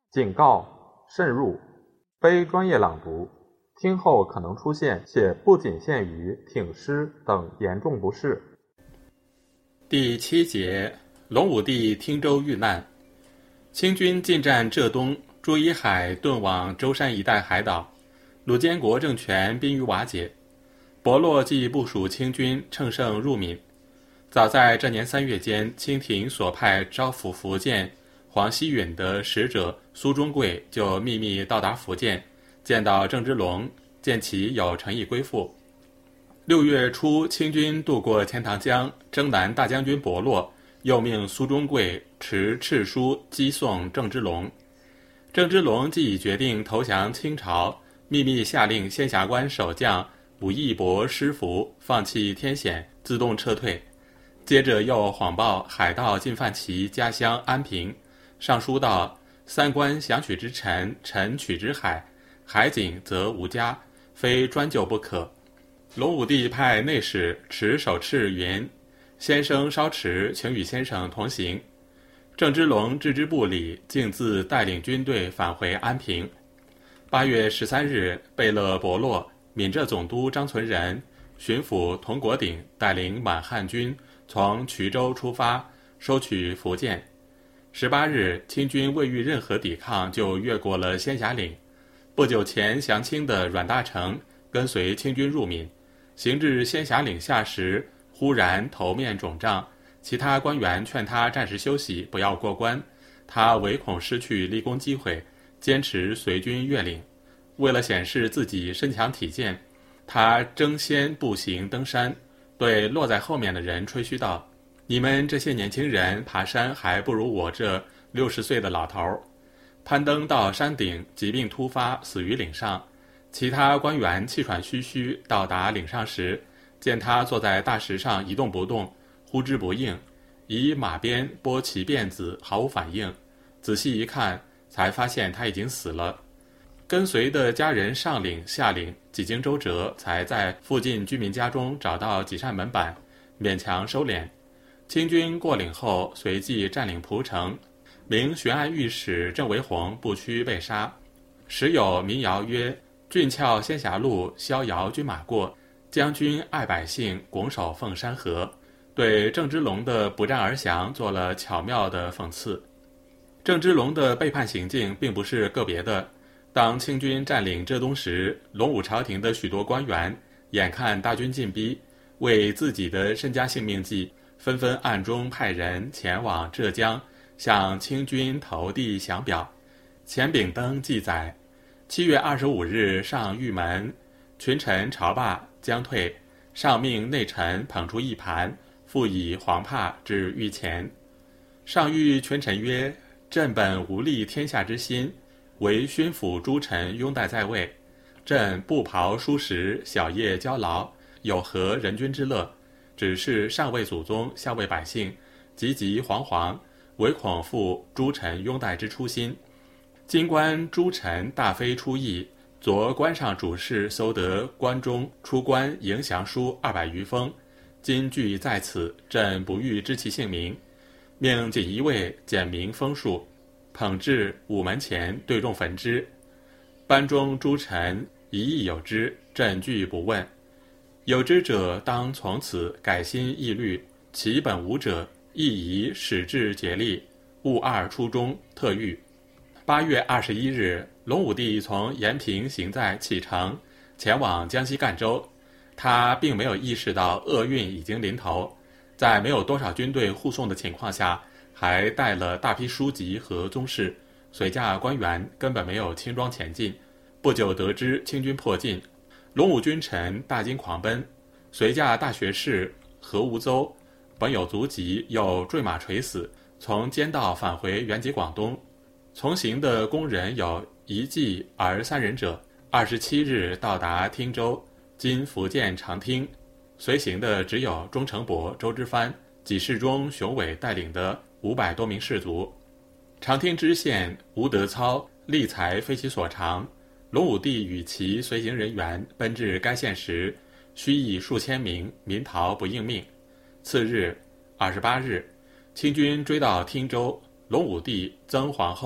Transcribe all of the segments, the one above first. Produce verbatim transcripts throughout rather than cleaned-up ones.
警告：慎入，非专业朗读，听后可能出现且不仅限于挺尸等严重不适。 第七节，隆武帝汀州遇难。清军进占浙东，朱一海遁往舟山一带海岛，鲁监国政权濒于瓦解。伯洛即部署清军乘胜入闽。早在这年三月间，清廷所派招抚福建黄希允的使者苏中贵就秘密到达福建，见到郑芝龙，见其有诚意归附。六月初，清军渡过钱塘江，征南大将军伯洛又命苏中贵持敕书击送郑芝龙。郑芝龙既已决定投降清朝，秘密下令仙霞关守将武义伯师傅放弃天险，自动撤退。接着又谎报海盗进犯其家乡安平，上书道：三关想取之臣，臣取之海，海景则无家，非专就不可。隆武帝派内史持手敕云：先生稍迟，请与先生同行。郑芝龙置之不理，径自带领军队返回安平。八月十三日，贝勒伯洛、闽浙总督张存仁、巡抚童国鼎带领满汉军从衢州出发，收取福建。十八日，清军未遇任何抵抗，就越过了仙霞岭。不久前降清的阮大铖跟随清军入闽，行至仙霞岭下时，忽然头面肿胀，其他官员劝他暂时休息，不要过关，他唯恐失去立功机会，坚持随军越岭。为了显示自己身强体健，他争先步行登山，对落在后面的人吹嘘道：你们这些年轻人爬山还不如我这六十岁的老头。攀登到山顶，疾病突发，死于岭上。其他官员气喘吁吁到达岭上时，见他坐在大石上一动不动，呼之不应，以马鞭拨其辫子，毫无反应。仔细一看，才发现他已经死了。跟随的家人上岭下岭，几经周折，才在附近居民家中找到几扇门板，勉强收敛。清军过岭后，随即占领蒲城，明巡按御史郑维宏不屈被杀。时有民谣曰：俊俏仙霞路，逍遥军马过，将军爱百姓，拱手奉山河，对郑芝龙的不战而降做了巧妙的讽刺。郑芝龙的背叛行径并不是个别的。当清军占领浙东时，隆武朝廷的许多官员眼看大军进逼，为自己的身家性命计，纷纷暗中派人前往浙江，向清军投递降表。钱秉登记载：七月二十五日上玉门，群臣朝罢，将退，上命内臣捧出一盘，复以黄帕置御前。上谕群臣曰：朕本无立天下之心，为勋抚诸臣拥戴在位，朕不袍疏食，小业交劳，有何人君之乐？只是上为祖宗，下为百姓，急急惶惶，唯恐负诸臣拥戴之初心。今观诸臣大非出意，昨关上主事搜得关中出关迎降书二百余封，今俱在此，朕不欲知其姓名，命锦衣卫简明封数，捧至午门前，对众焚之。班中诸臣一意有之，朕拒不问。有之者当从此改心易虑，其本无者，亦宜始至竭力，勿二初衷，特谕。八月二十一日，隆武帝从延平行在启程，前往江西赣州。他并没有意识到厄运已经临头，在没有多少军队护送的情况下，还带了大批书籍和宗室，随驾官员根本没有轻装前进。不久得知清军迫近，隆武君臣大惊狂奔，随驾大学士何无邹本有足疾，又坠马垂死，从监道返回原籍广东。从行的工人有一骑而三人者，二十七日到达汀州，今福建长汀。随行的只有钟成伯、周之藩及侍中熊伟带领的五百多名士卒。长汀知县吴德操力才非其所长，隆武帝与其随行人员奔至该县时，须役数千名民逃不应命。次日，二十八日，清军追到汀州，隆武帝、曾皇后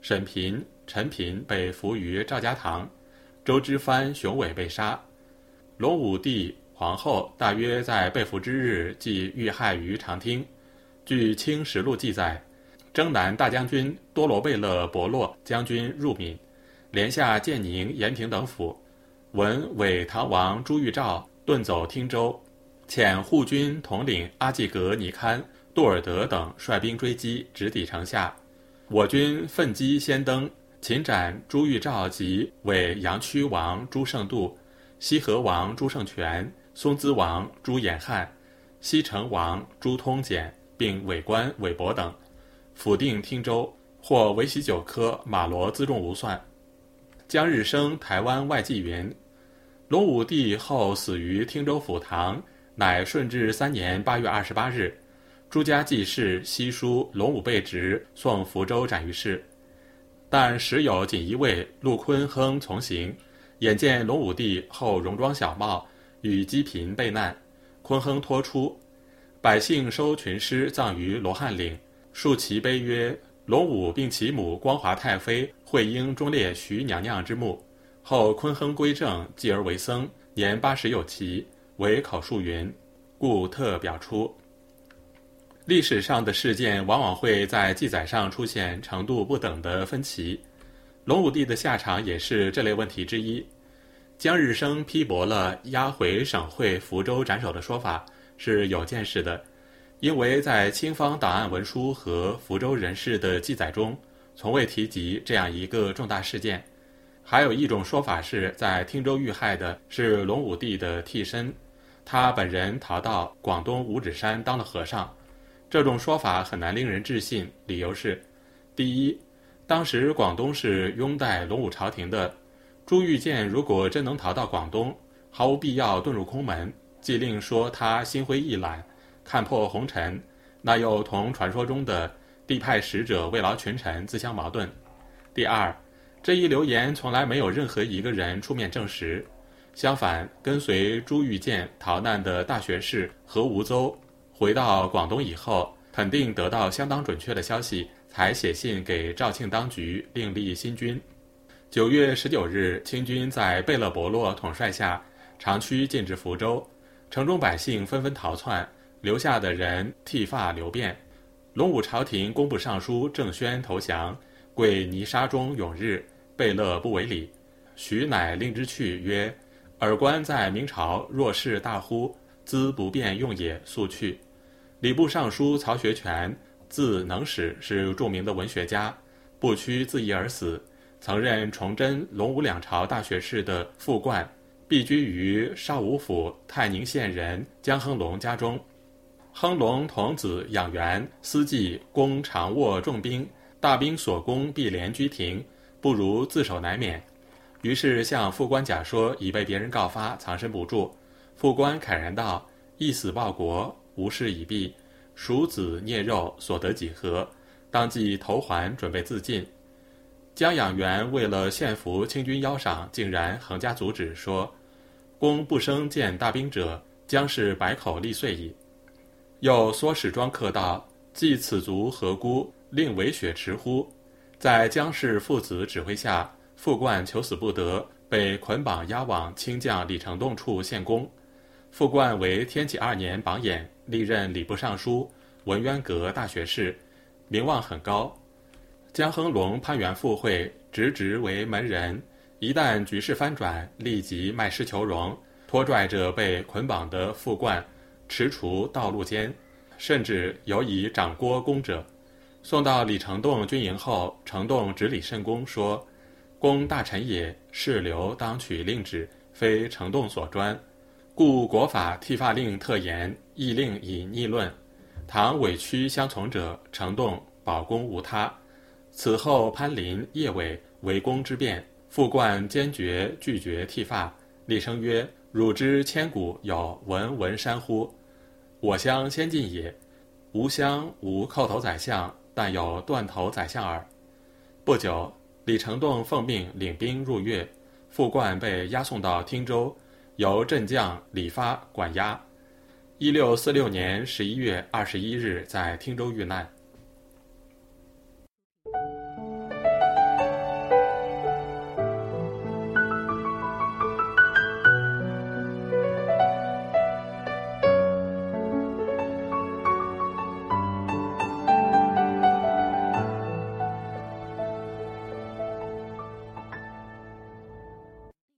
沈频、陈频被俘于赵家塘，周之藩、熊伟被杀。隆武帝、皇后大约在被俘之日即遇害于长汀。据《清实录》记载，征南大将军多罗贝勒伯洛将军入闽，连下建宁、延平等府，闻伪唐王朱玉照遁走汀州，遣护军统领阿济格尼堪、杜尔德等率兵追击，直抵城下。我军奋击先登，擒斩朱玉照及伪阳曲王朱胜度、西河王朱胜全、松滋王朱衍汉、西城王朱通简，并伪官韦伯等，府定汀州，获维喜九科，马罗辎重无算。江日升台湾外记云：隆武帝后死于汀州府堂，乃顺治三年八月二十八日。朱家记事西书隆武被职，送福州斩于市。但时有锦衣卫陆坤亨从行，眼见隆武帝后戎装小帽，与积贫被难，坤亨脱出，百姓收群尸葬于罗汉岭，竖其碑曰：隆武并其母光华太妃惠英忠烈徐娘娘之墓。后坤亨归正，继而为僧，年八十有奇，为口述云，故特表出。历史上的事件往往会在记载上出现程度不等的分歧，隆武帝的下场也是这类问题之一。江日升批驳了押回省会福州斩首的说法是有见识的，因为在清方档案文书和福州人士的记载中，从未提及这样一个重大事件。还有一种说法是在汀州遇害的是隆武帝的替身，他本人逃到广东五指山当了和尚。这种说法很难令人置信，理由是：第一，当时广东是拥戴隆武朝廷的，朱玉建如果真能逃到广东，毫无必要遁入空门，既令说他心灰意懒，看破红尘，那又同传说中的帝派使者慰劳群臣自相矛盾。第二，这一流言从来没有任何一个人出面证实，相反，跟随朱玉建逃难的大学士何无邹回到广东以后，肯定得到相当准确的消息，才写信给肇庆当局另立新军。九月十九日，清军在贝勒伯洛统帅下长驱进至福州，城中百姓纷纷逃窜，留下的人剃发留辫。隆武朝廷工部尚书郑宣投降，跪泥沙中永日，贝勒不为礼。徐乃令之去，曰：尔官在明朝若是大呼，兹不便用也，速去。礼部尚书曹学全，字能史，是著名的文学家，不屈自缢而死，曾任崇祯、隆武两朝大学士的副官，避居于邵武府泰宁县人江亨龙家中。亨龙童子养元思计公常握重兵，大兵所攻必连居庭，不如自首乃免。于是向副官假说已被别人告发，藏身不住。副官慨然道：一死报国，无事已毕，蜀子孽肉，所得几何？当即投环准备自尽。江养元为了献俘清军邀赏，竟然横加阻止，说：公不生见大兵者，将是百口立碎矣。又唆使庄客道：既此族何辜，令为血池乎？在江氏父子指挥下，副官求死不得，被捆绑押往清将李成栋处献功。副官为天启二年榜眼，历任礼部尚书、文渊阁大学士，名望很高。江亨龙攀援附会，直职为门人，一旦局势翻转，立即卖师求荣，拖拽着被捆绑的副官踟蹰道路间，甚至有以掌掴功者。送到李成栋军营后，成栋执礼甚恭，说：公大臣也，事流当取令旨，非成栋所专。故国法剃发令特言，亦令以逆论。倘委屈相从者，成栋保公无他。此后潘林、叶伟为公之辩，副官坚决拒绝剃发，厉声曰：汝知千古有文文山乎？我乡先进也，吾乡无叩头宰相，但有断头宰相耳。不久，李成栋奉命领兵入粤，副官被押送到汀州，由镇将李发管押。一六四六年十一月二十一日，在汀州遇难。